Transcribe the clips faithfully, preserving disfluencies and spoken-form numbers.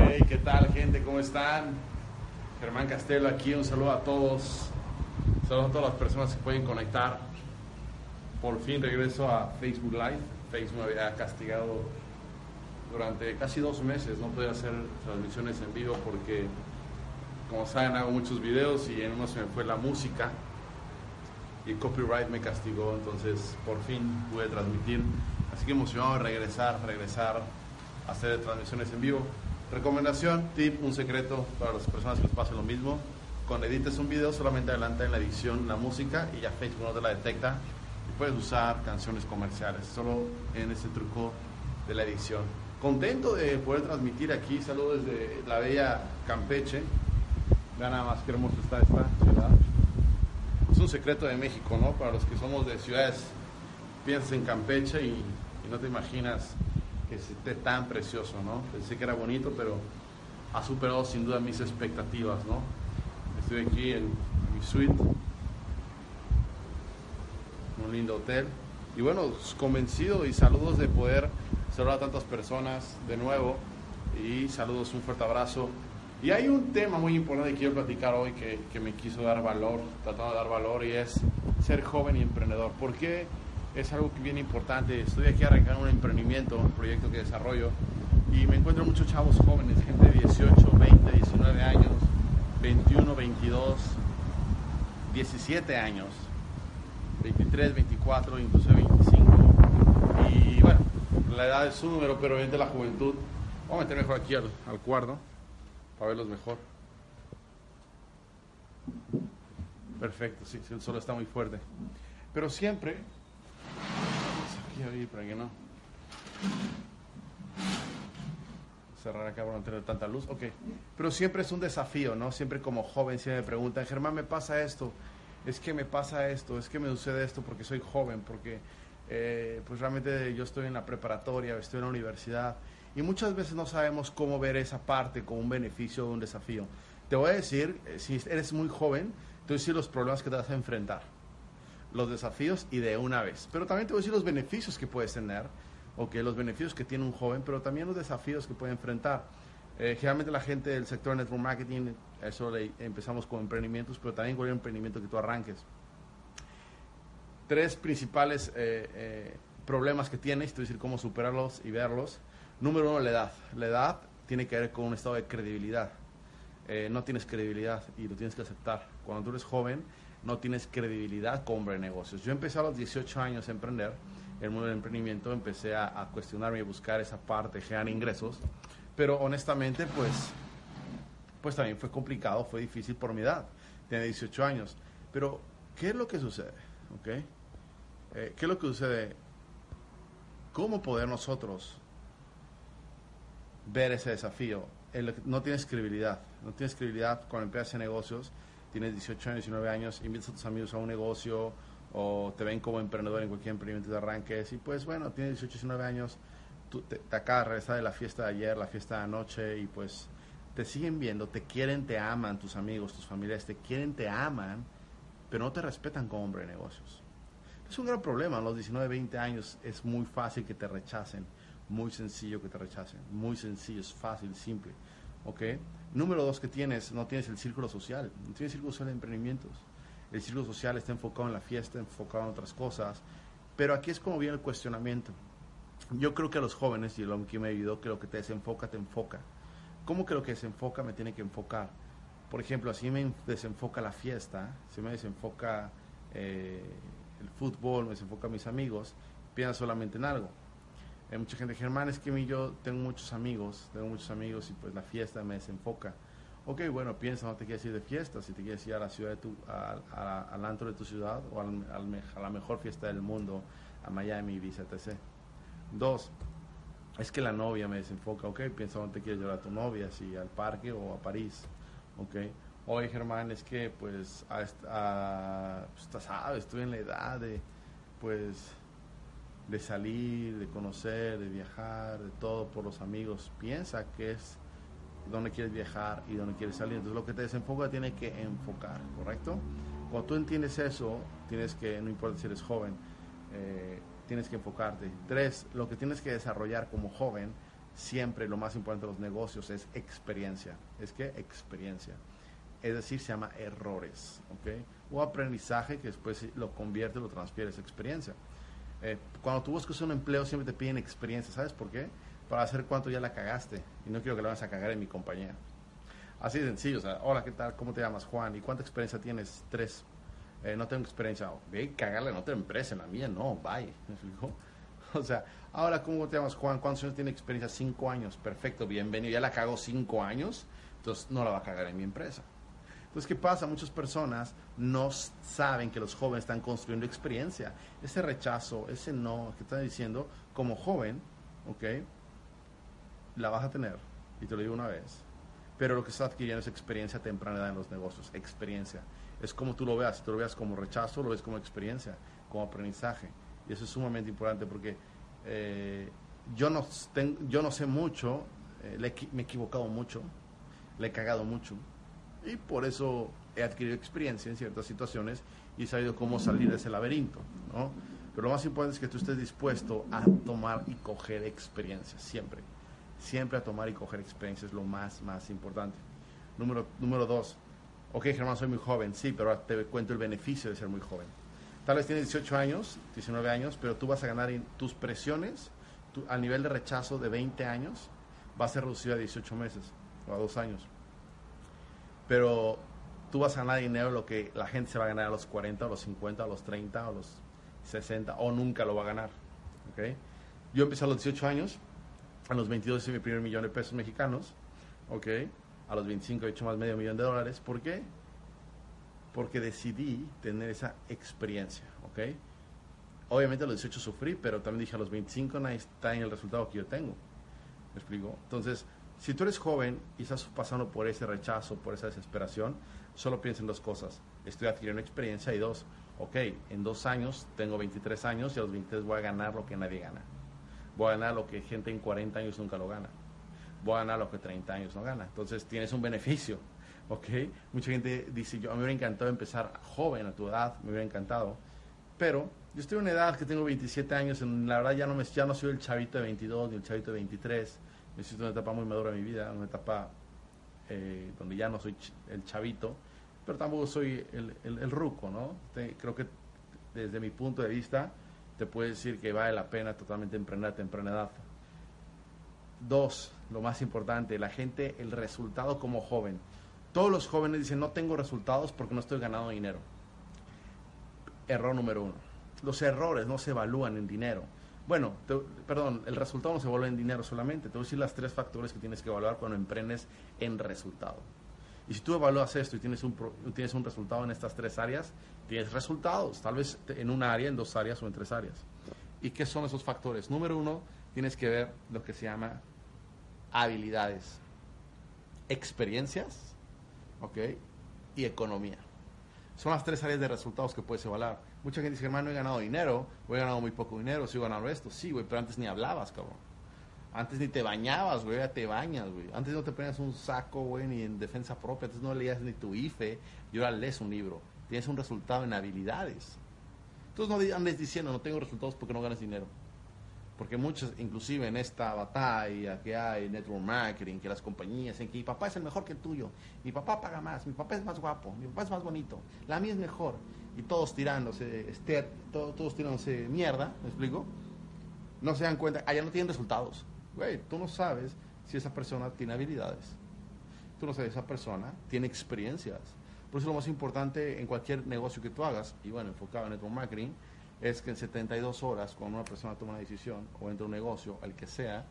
Hey, ¿qué tal, gente? ¿Cómo están? Germán Castelo aquí, un saludo a todos. Un saludo a todas las personas que pueden conectar. Por fin regreso a Facebook Live. Facebook me había castigado durante casi dos meses. No podía hacer transmisiones en vivo porque, como saben, hago muchos videos y en uno se me fue la música y el copyright me castigó. Entonces, por fin pude transmitir. Así que emocionado de regresar, regresar a hacer transmisiones en vivo. Recomendación, tip, un secreto para las personas que les pase lo mismo. Cuando edites un video, solamente adelanta en la edición la música y ya Facebook no te la detecta. Y puedes usar canciones comerciales, solo en ese truco de la edición. Contento de poder transmitir aquí. Saludos desde la bella Campeche. Vean nada más qué hermoso está esta ciudad. Es un secreto de México, ¿no? Para los que somos de ciudades, piensas en Campeche y, y no te imaginas que esté tan precioso, ¿no? Pensé que era bonito, pero ha superado sin duda mis expectativas, ¿no? Estoy aquí en mi suite, un lindo hotel, y bueno, convencido y saludos de poder saludar a tantas personas de nuevo, y saludos, un fuerte abrazo. Y hay un tema muy importante que quiero platicar hoy que, que me quiso dar valor, tratando de dar valor, y es ser joven y emprendedor. ¿Por qué? Es algo que viene importante. Estoy aquí arrancando un emprendimiento, un proyecto que desarrollo, y me encuentro muchos chavos jóvenes, gente de dieciocho, veinte, diecinueve años, veintiuno, veintidós, diecisiete años, veintitrés, veinticuatro, incluso veinticinco. Y bueno, la edad es un número, pero viene de la juventud. Vamos a meter mejor aquí al, al cuarto para verlos mejor. Perfecto, sí, sí, el sol está muy fuerte. Pero siempre... Aquí a ver, para que no cerrar acá para no tener tanta luz. Ok, pero siempre es un desafío, ¿no? Siempre como joven siempre me preguntan, Germán, me pasa esto, es que me pasa esto, es que me sucede esto porque soy joven, porque eh, pues realmente yo estoy en la preparatoria, estoy en la universidad, y muchas veces no sabemos cómo ver esa parte como un beneficio o un desafío. Te voy a decir, si eres muy joven, te voy a decir los problemas que te vas a enfrentar, los desafíos, y de una vez. Pero también te voy a decir los beneficios que puedes tener, ok, los beneficios que tiene un joven, pero también los desafíos que puede enfrentar. Eh, generalmente la gente del sector de network marketing, eso le, empezamos con emprendimientos, pero también cualquier emprendimiento que tú arranques. Tres principales eh, eh, problemas que tienes, te voy a decir cómo superarlos y verlos. Número uno, la edad. La edad tiene que ver con un estado de credibilidad. Eh, no tienes credibilidad y lo tienes que aceptar. Cuando tú eres joven, no tienes credibilidad como hombre de negocios. Yo empecé a los dieciocho años a emprender, en el mundo del emprendimiento, empecé a, a cuestionarme y buscar esa parte, generar ingresos, pero honestamente, pues, pues también fue complicado, fue difícil por mi edad, tenía dieciocho años. Pero, ¿qué es lo que sucede? ¿Okay? Eh, ¿Qué es lo que sucede? ¿Cómo poder nosotros ver ese desafío? El, no tienes credibilidad, no tienes credibilidad cuando empiezas en negocios. Tienes dieciocho años, diecinueve años, invitas a tus amigos a un negocio o te ven como emprendedor en cualquier emprendimiento de arranques y pues bueno, tienes dieciocho, diecinueve años, tú te, te acabas de regresar de la fiesta de ayer, la fiesta de anoche y pues te siguen viendo, te quieren, te aman tus amigos, tus familiares, te quieren, te aman, pero no te respetan como hombre de negocios. Es un gran problema, a los diecinueve, veinte años es muy fácil que te rechacen, muy sencillo que te rechacen, muy sencillo, es fácil, simple. ¿Ok? Número dos que tienes, no tienes el círculo social, no tienes círculo social de emprendimientos. El círculo social está enfocado en la fiesta, enfocado en otras cosas, pero aquí es como viene el cuestionamiento. Yo creo que a los jóvenes, y lo que me ayudó, que lo que te desenfoca, te enfoca. ¿Cómo que lo que desenfoca me tiene que enfocar? Por ejemplo, así me desenfoca la fiesta, si me desenfoca eh, el fútbol, me desenfoca mis amigos, piensa solamente en algo. Hay mucha gente, Germán, es que yo tengo muchos amigos, tengo muchos amigos y pues la fiesta me desenfoca. Ok, bueno, piensa, no te quieres ir de fiesta, si te quieres ir a la ciudad de tu, a, a, al antro de tu ciudad o al, al, a la mejor fiesta del mundo, a Miami, Ibiza, etcétera. Dos, es que la novia me desenfoca. Ok, piensa dónde te quieres llevar a tu novia, si al parque o a París. Ok, oye Germán, es que pues, a, a, pues sabes, estoy en la edad de, pues... de salir, de conocer, de viajar, de todo por los amigos. Piensa que es dónde quieres viajar y dónde quieres salir. Entonces lo que te desenfoca tiene que enfocar, ¿correcto? Cuando tú entiendes eso, tienes que, no importa si eres joven, eh, tienes que enfocarte. Tres, lo que tienes que desarrollar como joven siempre lo más importante de los negocios es experiencia. ¿Es qué? Experiencia. Es decir, se llama errores, ¿ok? O aprendizaje que después lo convierte, lo transfiere a esa experiencia. Eh, cuando tú buscas un empleo siempre te piden experiencia, ¿sabes por qué? Para hacer cuánto ya la cagaste y no quiero que la vayas a cagar en mi compañía. Así de sencillo, o sea, hola, ¿qué tal? ¿Cómo te llamas? Juan. ¿Y cuánta experiencia tienes? Tres. Eh, no tengo experiencia. Oh, ve, cagarla en otra empresa, en la mía no, bye. ¿Me explico? O sea, ahora, ¿cómo te llamas, Juan? ¿Cuántos años tiene experiencia? Cinco años. Perfecto, bienvenido. Ya la cagó cinco años, entonces no la va a cagar en mi empresa. Entonces, ¿qué pasa? Muchas personas no saben que los jóvenes están construyendo experiencia. Ese rechazo, ese no que están diciendo, como joven, ¿ok? La vas a tener, y te lo digo una vez. Pero lo que estás adquiriendo es experiencia a temprana edad en los negocios. Experiencia. Es como tú lo veas. Si tú lo veas como rechazo, lo ves como experiencia, como aprendizaje. Y eso es sumamente importante porque eh, yo, no ten, yo no sé mucho, eh, le, me he equivocado mucho, le he cagado mucho. Y por eso he adquirido experiencia en ciertas situaciones y he sabido cómo salir de ese laberinto, ¿no? Pero lo más importante es que tú estés dispuesto a tomar y coger experiencia, siempre. Siempre a tomar y coger experiencia es lo más, más importante. Número, número dos. Ok, Germán, soy muy joven. Sí, pero ahora te cuento el beneficio de ser muy joven. Tal vez tienes dieciocho años, diecinueve años, pero tú vas a ganar en tus presiones, tu, al nivel de rechazo de veinte años, va a ser reducido a dieciocho meses o a dos años. Pero tú vas a ganar dinero lo que la gente se va a ganar a los cuarenta, a los cincuenta, a los treinta, a los sesenta, o nunca lo va a ganar. ¿Okay? Yo empecé a los dieciocho años, a los veintidós hice mi primer millón de pesos mexicanos, ¿okay? A los veinticinco he hecho más medio millón de dólares. ¿Por qué? Porque decidí tener esa experiencia. ¿Okay? Obviamente a los dieciocho sufrí, pero también dije a los veinticinco nadie está en el resultado que yo tengo. ¿Me explico? Entonces, si tú eres joven y estás pasando por ese rechazo, por esa desesperación, solo piensa en dos cosas. Estoy adquiriendo experiencia y dos, ok, en dos años, tengo veintitrés años y a los veintitrés voy a ganar lo que nadie gana. Voy a ganar lo que gente en cuarenta años nunca lo gana. Voy a ganar lo que treinta años no gana. Entonces tienes un beneficio, ok. Mucha gente dice, yo, a mí me hubiera encantado empezar joven a tu edad, me hubiera encantado. Pero yo estoy en una edad que tengo veintisiete años, en, la verdad ya no, me, ya no soy el chavito de veintidós ni el chavito de veintitrés. Necesito una etapa muy madura en mi vida, una etapa eh, donde ya no soy ch el chavito, pero tampoco soy el, el, el ruco, ¿no? Te, creo que desde mi punto de vista te puedo decir que vale la pena totalmente emprender a temprana edad. Dos, lo más importante, la gente, el resultado como joven. Todos los jóvenes dicen, no tengo resultados porque no estoy ganando dinero. Error número uno. Los errores no se evalúan en dinero. Bueno, te, perdón, el resultado no se vuelve en dinero solamente. Te voy a decir las tres factores que tienes que evaluar cuando emprendes en resultado. Y si tú evalúas esto y tienes un, tienes un resultado en estas tres áreas, tienes resultados, tal vez en una área, en dos áreas o en tres áreas. ¿Y qué son esos factores? Número uno, tienes que ver lo que se llama habilidades, experiencias, ¿ok? Y economía. Son las tres áreas de resultados que puedes evaluar. Mucha gente dice, hermano, he ganado dinero, o he ganado muy poco dinero, sigo ganando esto. Sí, güey, pero antes ni hablabas, cabrón. Antes ni te bañabas, güey, ya te bañas, güey. Antes no te ponías un saco, güey, ni en defensa propia. Antes no leías ni tu I F E, y ahora lees un libro. Tienes un resultado en habilidades. Entonces no andes diciendo, no tengo resultados porque no ganas dinero. Porque muchos, inclusive en esta batalla que hay, network marketing, que las compañías, en que mi papá es el mejor que el tuyo, mi papá paga más, mi papá es más guapo, mi papá es más bonito, la mía es mejor, y todos tirándose, este, todos, todos tirándose mierda, ¿me explico? No se dan cuenta, allá no tienen resultados. Güey, tú no sabes si esa persona tiene habilidades, tú no sabes si esa persona tiene experiencias. Por eso lo más importante en cualquier negocio que tú hagas, y bueno, enfocado en network marketing, es que en setenta y dos horas, cuando una persona toma una decisión, o entra a un negocio, el que sea,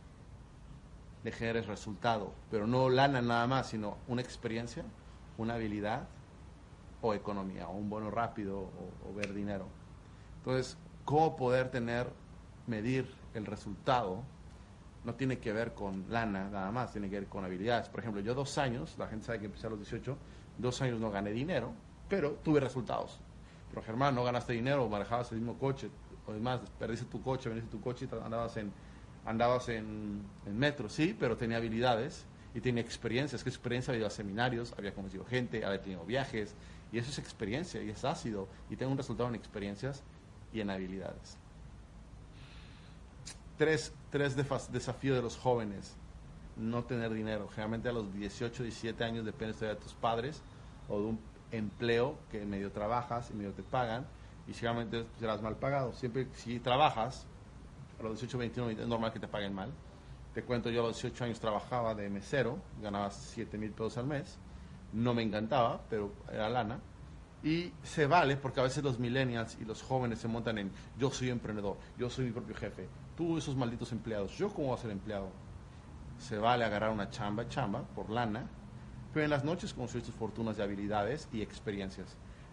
le generes resultado. Pero no lana nada más, sino una experiencia, una habilidad, o economía, o un bono rápido, o, o ver dinero. Entonces, ¿cómo poder tener, medir el resultado? No tiene que ver con lana nada más, tiene que ver con habilidades. Por ejemplo, yo dos años, la gente sabe que empecé a los dieciocho, dos años no gané dinero, pero tuve resultados. Pero Germán, no ganaste dinero, manejabas el mismo coche, o además, perdiste tu coche, vendiste tu coche y andabas en, andabas en, en metro, sí, pero tenía habilidades y tenía experiencias. ¿Qué experiencia? Había ido a seminarios, había conocido gente, había tenido viajes, y eso es experiencia, y es ácido, y tengo un resultado en experiencias y en habilidades. Tres, tres defas- desafíos de los jóvenes. No tener dinero. Generalmente a los dieciocho, diecisiete años dependes todavía de tus padres o de un empleo que medio trabajas y medio te pagan y seguramente serás mal pagado. Siempre si trabajas, a los dieciocho, veintiuno, es normal que te paguen mal. Te cuento, yo a los dieciocho años trabajaba de mesero, ganaba siete mil pesos al mes. No me encantaba, pero era lana. Y se vale porque a veces los millennials y los jóvenes se montan en yo soy emprendedor, yo soy mi propio jefe, tú esos malditos empleados, yo cómo voy a ser empleado. Se vale agarrar una chamba, chamba, por lana, pero en las noches construir tus fortunas de habilidades y experiencias.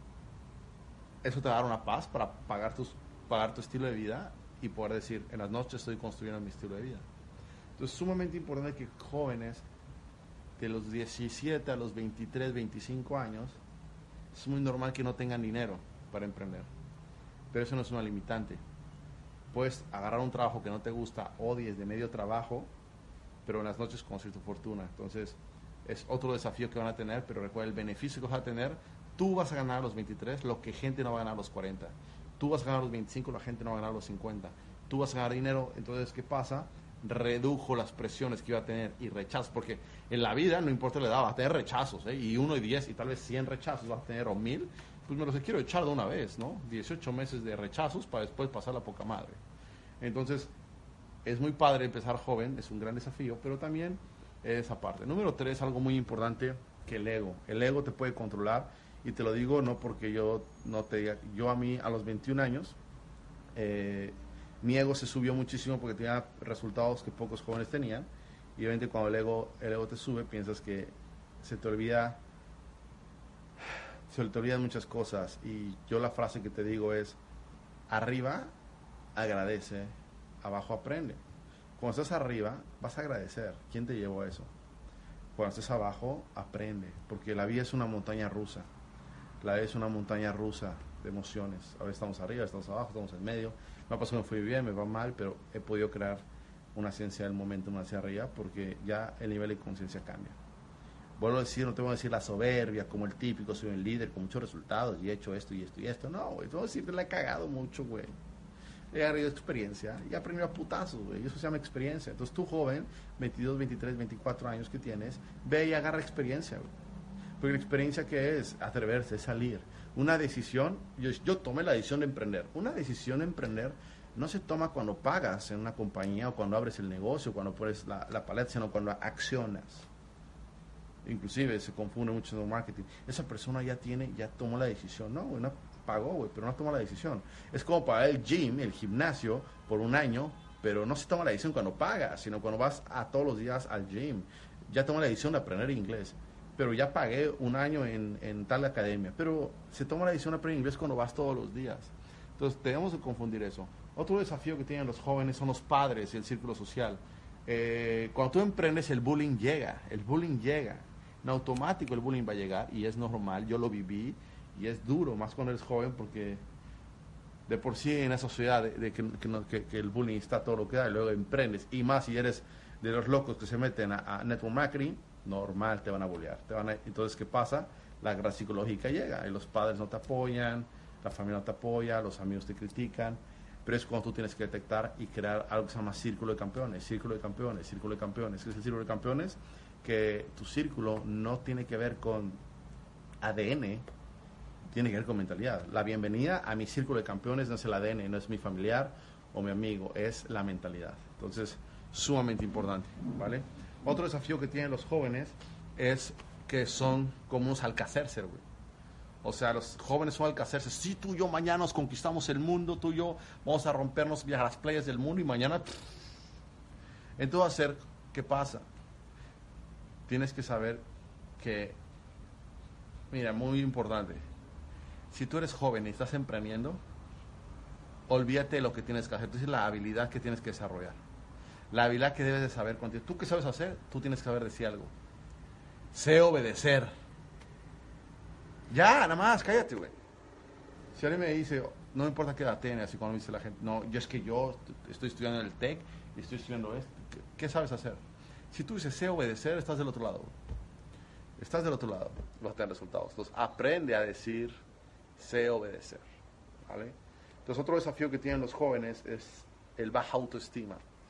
Eso te va a dar una paz para pagar, tus, pagar tu estilo de vida y poder decir, en las noches estoy construyendo mi estilo de vida. Entonces es sumamente importante que jóvenes de los diecisiete a los veintitrés, veinticinco años, es muy normal que no tengan dinero para emprender, pero eso no es una limitante. Puedes agarrar un trabajo que no te gusta, odies de medio trabajo, pero en las noches construir tu fortuna. Entonces es otro desafío que van a tener, pero recuerda el beneficio que vas a tener. Tú vas a ganar a los veintitrés lo que gente no va a ganar a los cuarenta. Tú vas a ganar a los veinticinco, la gente no va a ganar a los cincuenta. Tú vas a ganar dinero, entonces ¿qué pasa? Redujo las presiones que iba a tener y rechazos, porque en la vida no importa la edad, vas a tener rechazos, ¿eh? y uno y diez y tal vez cien rechazos vas a tener o mil, pues me los quiero echar de una vez, ¿no? dieciocho meses de rechazos para después pasar la poca madre. Entonces es muy padre empezar joven, es un gran desafío, pero también esa parte. Número tres, algo muy importante, que el ego. El ego te puede controlar, y te lo digo no porque yo no te diga, yo a mí a los veintiún años, eh, mi ego se subió muchísimo porque tenía resultados que pocos jóvenes tenían, y obviamente cuando el ego, el ego te sube, piensas que se te olvida, se te olvidan muchas cosas, y yo la frase que te digo es, arriba agradece, abajo aprende. Cuando estás arriba, vas a agradecer. ¿Quién te llevó a eso? Cuando estés abajo, aprende. Porque la vida es una montaña rusa. La vida es una montaña rusa de emociones. A veces estamos arriba, estamos abajo, estamos en medio. Me ha pasado que me fui bien, me va mal, pero he podido crear una ciencia del momento hacia arriba porque ya el nivel de conciencia cambia. Vuelvo a decir, no te voy a decir la soberbia, como el típico, soy un líder con muchos resultados y he hecho esto y esto y esto. No, güey, te voy a decir que la he cagado mucho, güey. He agarrado experiencia y he aprendido a putazos, güey. Eso se llama experiencia. Entonces tú, joven, veintidós, veintitrés, veinticuatro años que tienes, ve y agarra experiencia, güey. Porque la experiencia, ¿qué es? Atreverse, es salir. Una decisión, yo, yo tomé la decisión de emprender. Una decisión de emprender no se toma cuando pagas en una compañía o cuando abres el negocio, cuando pones la, la paleta, sino cuando accionas. Inclusive se confunde mucho en el marketing. Esa persona ya tiene, ya tomó la decisión. No, güey, no pagó, güey, pero no tomó la decisión. Es como pagar el gym, el gimnasio, por un año, pero no se toma la decisión cuando pagas, sino cuando vas a todos los días al gym. Ya tomó la decisión de aprender inglés, pero ya pagué un año en, en tal academia. Pero se toma la decisión de aprender inglés cuando vas todos los días. Entonces tenemos que confundir eso. Otro desafío que tienen los jóvenes son los padres y el círculo social. Eh, cuando tú emprendes, el bullying llega, el bullying llega. En automático el bullying va a llegar y es normal, yo lo viví y es duro, más cuando eres joven, porque de por sí en esa sociedad de, de que, que, no, que, que el bullying está todo lo que da, y luego emprendes, y más si eres de los locos que se meten a, a network marketing, normal, te van a bullear. Te van a, entonces, ¿qué pasa? La guerra psicológica llega, y los padres no te apoyan, la familia no te apoya, los amigos te critican, pero es cuando tú tienes que detectar y crear algo que se llama círculo de campeones, círculo de campeones, círculo de campeones. ¿Qué es el círculo de campeones? Que tu círculo no tiene que ver con A D N, tiene que ver con mentalidad. La bienvenida a mi círculo de campeones no es el A D N, no es mi familiar o mi amigo, es la mentalidad. Entonces, sumamente importante, ¿vale? Otro desafío que tienen los jóvenes es que son como unos Alcacercer, güey. O sea, los jóvenes son Alcacercer. Sí, tú y yo mañana nos conquistamos el mundo, tú y yo vamos a rompernos, viajar a las playas del mundo y mañana... Pff. Entonces, hacer, ¿qué pasa? Tienes que saber que, mira, muy importante, si tú eres joven y estás emprendiendo, olvídate de lo que tienes que hacer. Entonces, la habilidad que tienes que desarrollar, la habilidad que debes de saber contigo. ¿Tú qué sabes hacer? Tú tienes que saber decir algo. Sé obedecer. Ya, nada más, cállate, güey. Si alguien me dice, no me importa qué edad tienes, así como me dice la gente, no, yo es que yo estoy estudiando en el TEC y estoy estudiando esto, ¿qué sabes hacer? Si tú dices sé obedecer, estás del otro lado. Estás del otro lado, vas a tener resultados. Entonces, aprende a decir sé obedecer, ¿vale? Entonces, otro desafío que tienen los jóvenes es el baja autoestima.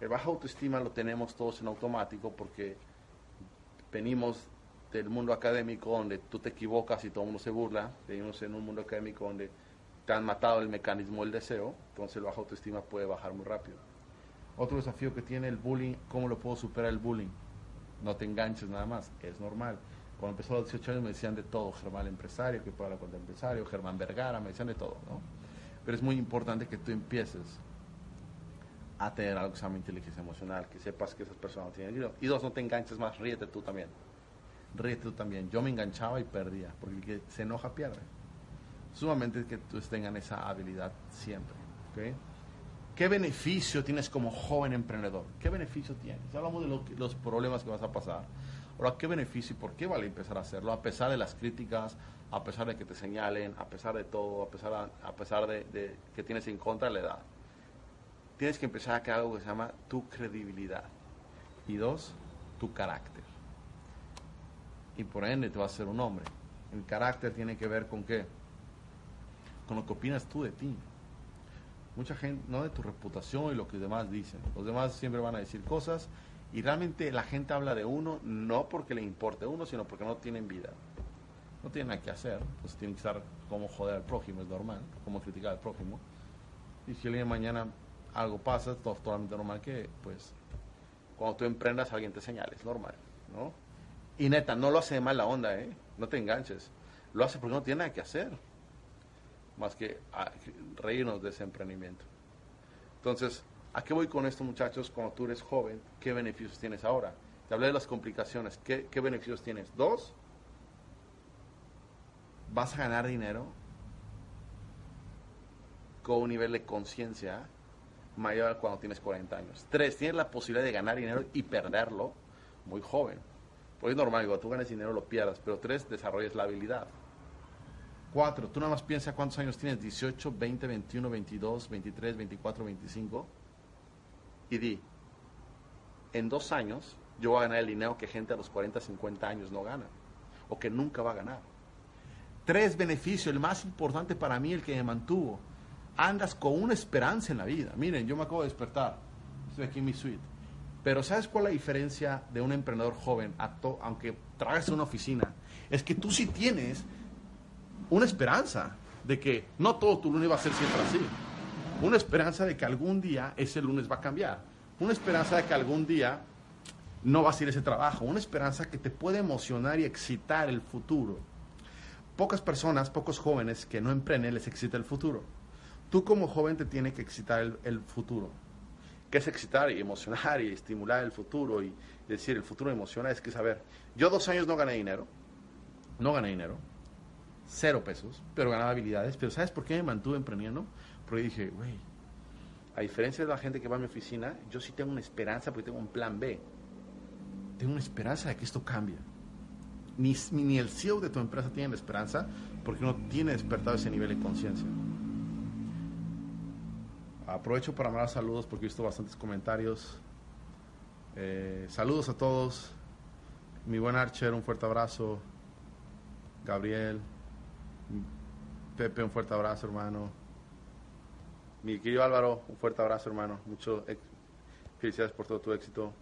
El baja autoestima lo tenemos todos en automático porque venimos del mundo académico donde tú te equivocas y todo el mundo se burla. Venimos en un mundo académico donde te han matado el mecanismo del deseo, entonces el baja autoestima puede bajar muy rápido. Otro desafío que tiene el bullying, ¿cómo lo puedo superar el bullying? No te enganches nada más, es normal. Cuando empezó a los dieciocho años me decían de todo, Germán el empresario, que puede hablar con el empresario, Germán Vergara, me decían de todo, ¿no? Pero es muy importante que tú empieces a tener algo que se llama inteligencia emocional, que sepas que esas personas no tienen dinero. Y dos, no te enganches más, ríete tú también. Ríete tú también. Yo me enganchaba y perdía, porque el que se enoja pierde. Sumamente que tú tengan esa habilidad siempre, ¿ok? ¿Qué beneficio tienes como joven emprendedor? ¿Qué beneficio tienes? Ya hablamos de lo que, los problemas que vas a pasar. Ahora, ¿qué beneficio y por qué vale empezar a hacerlo? A pesar de las críticas, a pesar de que te señalen, a pesar de todo, a pesar, a, a pesar de, de que tienes en contra de la edad. Tienes que empezar a crear algo que se llama tu credibilidad. Y dos, tu carácter. Y por ende te vas a ser un hombre. El carácter tiene que ver con qué? Con lo que opinas tú de ti. Mucha gente, no de tu reputación y lo que los demás dicen. Los demás siempre van a decir cosas y realmente la gente habla de uno no porque le importe a uno, sino porque no tienen vida. No tienen nada que hacer, pues tienen que estar como joder al prójimo, es normal, como criticar al prójimo. Y si el día de mañana algo pasa, es totalmente normal que, pues, cuando tú emprendas alguien te señale, es normal, ¿no? Y neta, no lo hace de mala onda, ¿eh? No te enganches. Lo hace porque no tiene nada que hacer. Más que a, reírnos de ese emprendimiento. Entonces, ¿a qué voy con esto, muchachos? Cuando tú eres joven, ¿qué beneficios tienes ahora? Te hablé de las complicaciones. ¿Qué, qué beneficios tienes? Dos, vas a ganar dinero con un nivel de conciencia mayor cuando tienes cuarenta años. Tres, tienes la posibilidad de ganar dinero y perderlo muy joven. Pues es normal, cuando tú ganes dinero lo pierdas. Pero tres, desarrollas la habilidad. Cuatro, tú nada más piensa cuántos años tienes, dieciocho, veinte, veintiuno, veintidós, veintitrés, veinticuatro, veinticinco, y di, en dos años yo voy a ganar el dinero que gente a los cuarenta, cincuenta años no gana, o que nunca va a ganar. Tres, beneficio, el más importante para mí, el que me mantuvo, andas con una esperanza en la vida. Miren, yo me acabo de despertar, estoy aquí en mi suite, pero ¿sabes cuál es la diferencia de un emprendedor joven, a to- aunque trabajes en una oficina? Es que tú sí tienes una esperanza de que no todo tu lunes va a ser siempre así. Una esperanza de que algún día ese lunes va a cambiar. Una esperanza de que algún día no vas a ir a ese trabajo. Una esperanza que te puede emocionar y excitar el futuro. Pocas personas, pocos jóvenes que no emprenden les excita el futuro. Tú como joven te tiene que excitar el, el futuro. ¿Qué es excitar y emocionar y estimular el futuro? Y decir, el futuro emociona, es que saber, yo dos años no gané dinero. No gané dinero. Cero pesos, pero ganaba habilidades. Pero ¿sabes por qué me mantuve emprendiendo? Porque dije, güey, a diferencia de la gente que va a mi oficina, yo sí tengo una esperanza porque tengo un plan B. Tengo una esperanza de que esto cambie. Ni, ni el C E O de tu empresa tiene la esperanza porque no tiene despertado ese nivel de conciencia. Aprovecho para mandar saludos porque he visto bastantes comentarios. Eh, saludos a todos. Mi buen Archer, un fuerte abrazo. Gabriel, Pepe, un fuerte abrazo, hermano. Mi querido Álvaro, un fuerte abrazo, hermano. Mucho felicidades por todo tu éxito.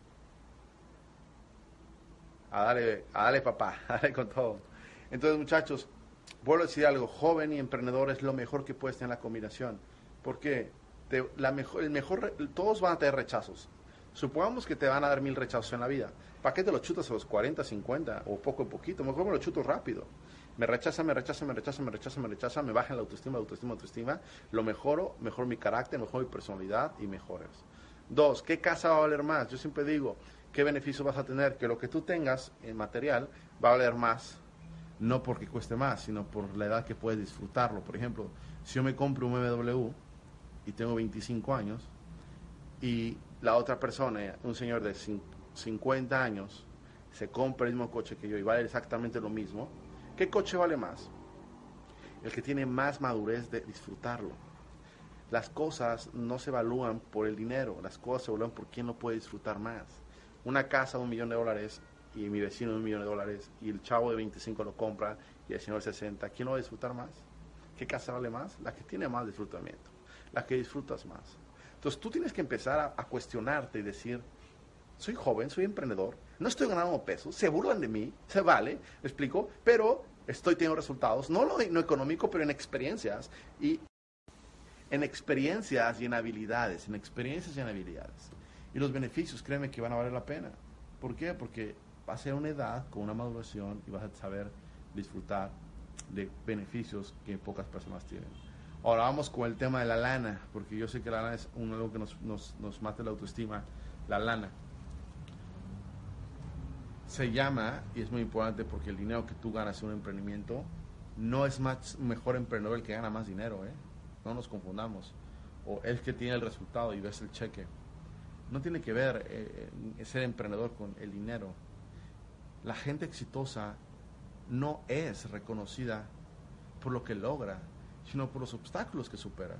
A darle, a darle, papá, a darle con todo. Entonces, muchachos, vuelvo a decir algo. Joven y emprendedor es lo mejor que puedes tener en la combinación. Porque te, la mejor, el mejor, todos van a tener rechazos. Supongamos que te van a dar mil rechazos en la vida. ¿Para qué te lo chutas a los cuarenta, cincuenta o poco a poquito? Mejor me lo chuto rápido. Me rechaza, me rechaza, me rechaza, me rechaza, me rechaza, me baja la autoestima, autoestima, autoestima. Lo mejoro, mejoro mi carácter, mejoro mi personalidad y mejores. Dos, ¿qué casa va a valer más? Yo siempre digo, ¿qué beneficio vas a tener? Que lo que tú tengas en material va a valer más, no porque cueste más, sino por la edad que puedes disfrutarlo. Por ejemplo, si yo me compro un B M W y tengo veinticinco años y la otra persona, un señor de cincuenta años, se compra el mismo coche que yo y vale exactamente lo mismo, ¿qué coche vale más? El que tiene más madurez de disfrutarlo. Las cosas no se evalúan por el dinero, las cosas se evalúan por quién lo puede disfrutar más. Una casa de un millón de dólares y mi vecino de un millón de dólares y el chavo de veinticinco lo compra y el señor de sesenta, ¿quién lo va a disfrutar más? ¿Qué casa vale más? La que tiene más disfrutamiento, la que disfrutas más. Entonces tú tienes que empezar a, a cuestionarte y decir, soy joven, soy emprendedor, no estoy ganando pesos, se burlan de mí, se vale, ¿me explico? Pero estoy teniendo resultados, no lo no económico, pero en experiencias, y en experiencias y en habilidades, en experiencias y en habilidades. Y los beneficios, créeme que van a valer la pena. ¿Por qué? Porque vas a ser una edad con una maduración y vas a saber disfrutar de beneficios que pocas personas tienen. Ahora vamos con el tema de la lana, porque yo sé que la lana es un, algo que nos, nos, nos mata la autoestima. La lana se llama, y es muy importante porque el dinero que tú ganas en un emprendimiento no es más mejor emprendedor el que gana más dinero, ¿eh? No nos confundamos. O el que tiene el resultado y ves el cheque. No tiene que ver eh, ser emprendedor con el dinero. La gente exitosa no es reconocida por lo que logra, sino por los obstáculos que supera.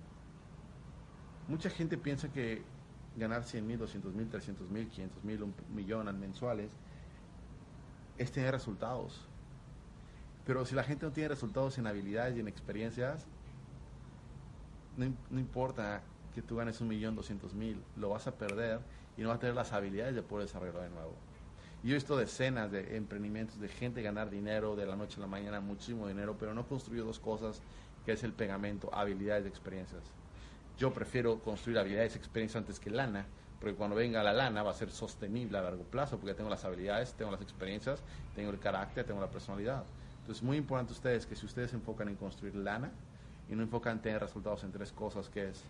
Mucha gente piensa que ganar cien mil, doscientos mil, trescientos mil, quinientos mil, un millón mensuales es tener resultados. Pero si la gente no tiene resultados en habilidades y en experiencias, no, no importa que tú ganes un millón, doscientos mil, lo vas a perder y no vas a tener las habilidades de poder desarrollarlo de nuevo. Yo he visto decenas de emprendimientos de gente ganar dinero de la noche a la mañana, muchísimo dinero, pero no construyó dos cosas, que es el pegamento, habilidades y experiencias. Yo prefiero construir habilidades y experiencias antes que lana, porque cuando venga la lana va a ser sostenible a largo plazo, porque tengo las habilidades, tengo las experiencias, tengo el carácter, tengo la personalidad. Entonces es muy importante a ustedes que si ustedes se enfocan en construir lana y no enfocan en tener resultados en tres cosas, que es,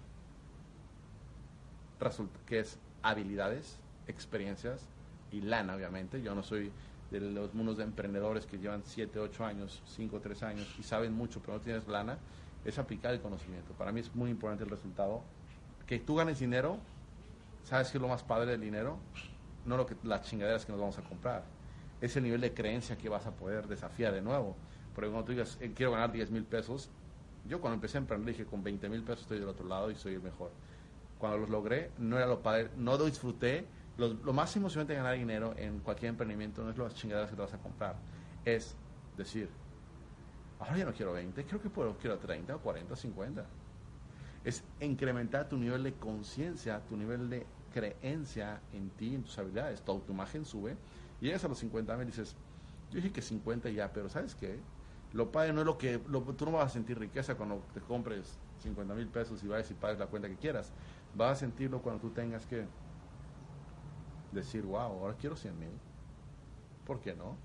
que es habilidades, experiencias y lana, obviamente. Yo no soy de los mundos de emprendedores que llevan siete, ocho años, cinco, tres años y saben mucho, pero no tienes lana. Es aplicar el conocimiento. Para mí es muy importante el resultado. Que tú ganes dinero, ¿sabes qué es lo más padre del dinero? No lo que, las chingaderas que nos vamos a comprar. Es el nivel de creencia que vas a poder desafiar de nuevo. Porque cuando tú digas, eh, quiero ganar diez mil pesos, yo cuando empecé a emprender dije, con veinte mil pesos estoy del otro lado y soy el mejor. Cuando los logré, no era lo padre, no lo disfruté. Lo, lo más emocionante de ganar dinero en cualquier emprendimiento no es las chingaderas que te vas a comprar. Es decir, ahora ya no quiero veinte, creo que puedo, quiero treinta, cuarenta, cincuenta. Es incrementar tu nivel de conciencia, tu nivel de creencia en ti, en tus habilidades. Tu autoimagen sube. Y llegas a los cincuenta mil y dices, yo dije que cincuenta ya, pero ¿sabes qué? Lo padre no es lo que, lo, tú no vas a sentir riqueza cuando te compres cincuenta mil pesos y vayas y pagues la cuenta que quieras. Vas a sentirlo cuando tú tengas que decir, wow, ahora quiero cien mil. ¿Por qué no?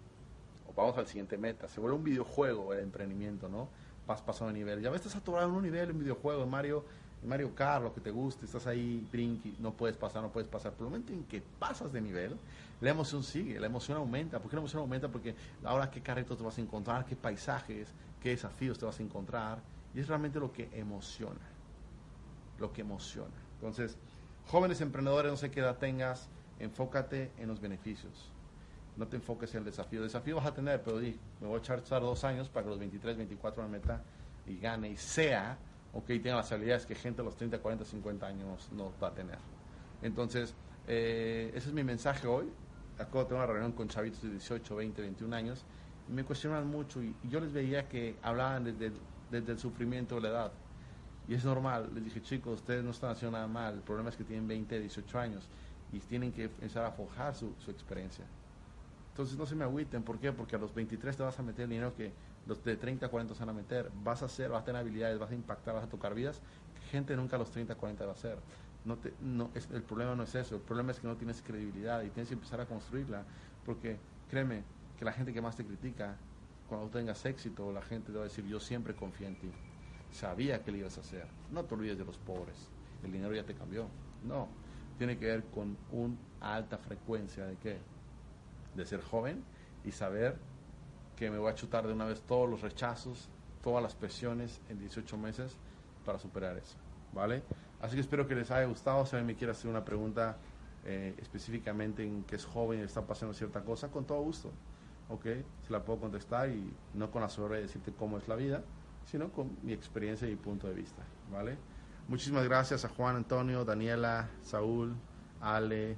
O vamos al siguiente meta. Se vuelve un videojuego el emprendimiento, ¿no? Vas pasando de nivel. Ya ves, estás atorado en un nivel, en un videojuego, en Mario, en Mario Kart, lo que te guste, estás ahí, brinqui, no puedes pasar, no puedes pasar. Por el momento en que pasas de nivel, la emoción sigue, la emoción aumenta. ¿Por qué la emoción aumenta? Porque ahora qué carritos te vas a encontrar, qué paisajes, qué desafíos te vas a encontrar. Y es realmente lo que emociona. Lo que emociona. Entonces, jóvenes emprendedores, no sé qué edad tengas, enfócate en los beneficios. No te enfoques en el desafío. El desafío vas a tener, pero di, me voy a echar dos años para que los veintitrés, veinticuatro la meta y gane y sea, ok, tenga las habilidades que gente a los treinta, cuarenta, cincuenta años no va a tener. Entonces, eh, ese es mi mensaje hoy. Acabo de tener una reunión con chavitos de dieciocho, veinte, veintiún años y me cuestionan mucho y, y yo les veía que hablaban desde, desde el sufrimiento de la edad. Y es normal. Les dije, chicos, ustedes no están haciendo nada mal. El problema es que tienen veinte, dieciocho años y tienen que empezar a forjar su, su experiencia. Entonces no se me agüiten. ¿Por qué? Porque a los veintitrés te vas a meter el dinero que los de treinta, cuarenta se van a meter. Vas a hacer, vas a tener habilidades, vas a impactar, vas a tocar vidas que gente nunca a los treinta, cuarenta va a hacer. No te, no, es, el problema no es eso. El problema es que no tienes credibilidad y tienes que empezar a construirla. Porque créeme que la gente que más te critica, cuando tengas éxito, la gente te va a decir, yo siempre confié en ti. Sabía que lo ibas a hacer. No te olvides de los pobres. El dinero ya te cambió. No. Tiene que ver con una alta frecuencia de qué? De ser joven y saber que me voy a chutar de una vez todos los rechazos, todas las presiones en dieciocho meses para superar eso, ¿vale? Así que espero que les haya gustado. Si alguien me quiere hacer una pregunta eh, específicamente en que es joven y le está pasando cierta cosa, con todo gusto, ¿ok? Se la puedo contestar y no con la soberbia de decirte cómo es la vida, sino con mi experiencia y mi punto de vista, ¿vale? Muchísimas gracias a Juan Antonio, Daniela, Saúl, Ale,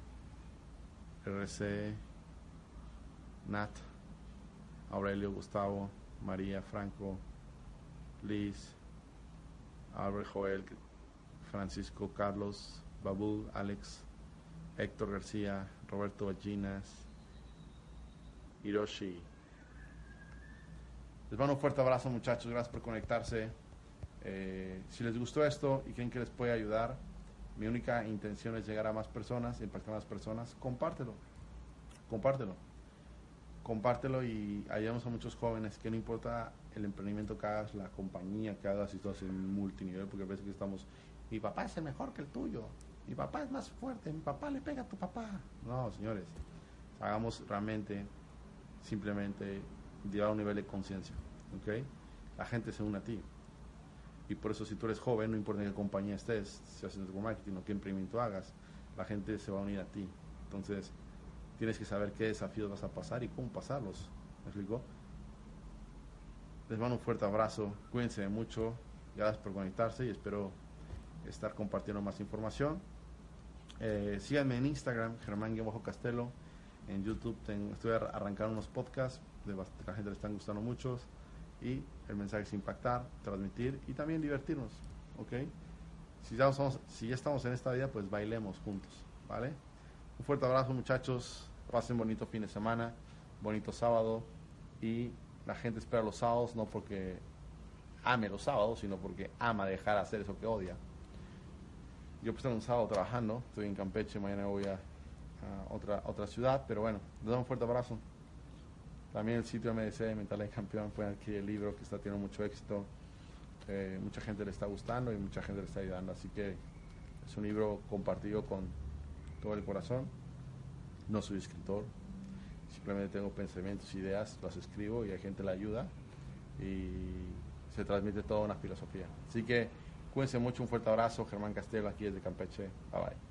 R C, Nat, Aurelio, Gustavo, María, Franco, Liz, Albert, Joel, Francisco Carlos, Babu, Alex, Héctor García, Roberto Ballinas, Hiroshi. Les mando un fuerte abrazo, muchachos, gracias por conectarse. Eh, si les gustó esto y creen que les puede ayudar, mi única intención es llegar a más personas, impactar a más personas. Compártelo, compártelo, compártelo y ayudamos a muchos jóvenes que no importa el emprendimiento que hagas, la compañía que hagas, si estás en multinivel, porque a veces que estamos, mi papá es el mejor que el tuyo, mi papá es más fuerte, mi papá le pega a tu papá. No, señores, hagamos realmente, simplemente llevar a un nivel de conciencia, ¿ok? La gente se une a ti. Y por eso si tú eres joven, no importa en qué compañía estés, si haces network marketing o qué emprendimiento hagas, la gente se va a unir a ti. Entonces, tienes que saber qué desafíos vas a pasar y cómo pasarlos. ¿Me explico? Les mando un fuerte abrazo, cuídense mucho, gracias por conectarse y espero estar compartiendo más información. Eh, síganme en Instagram, Germán-Castelo. En YouTube tengo, estoy arrancando unos podcasts, de bast- la gente le están gustando muchos. Y el mensaje es impactar, transmitir y también divertirnos, ¿ok? Si ya, somos, si ya estamos en esta vida, pues bailemos juntos, ¿vale? Un fuerte abrazo, muchachos, pasen bonito fin de semana, bonito sábado, y la gente espera los sábados no porque ame los sábados, sino porque ama dejar de hacer eso que odia. Yo pues tengo un sábado trabajando, estoy en Campeche, mañana voy a, a otra, otra ciudad, pero bueno, les doy un fuerte abrazo. También el sitio M D C, Mentalidad de Campeón, pueden adquirir el libro que está teniendo mucho éxito. Eh, mucha gente le está gustando y mucha gente le está ayudando. Así que es un libro compartido con todo el corazón. No soy escritor, simplemente tengo pensamientos, ideas, las escribo y hay gente la ayuda y se transmite toda una filosofía. Así que cuídense mucho, un fuerte abrazo. Germán Castelo aquí desde Campeche. Bye bye.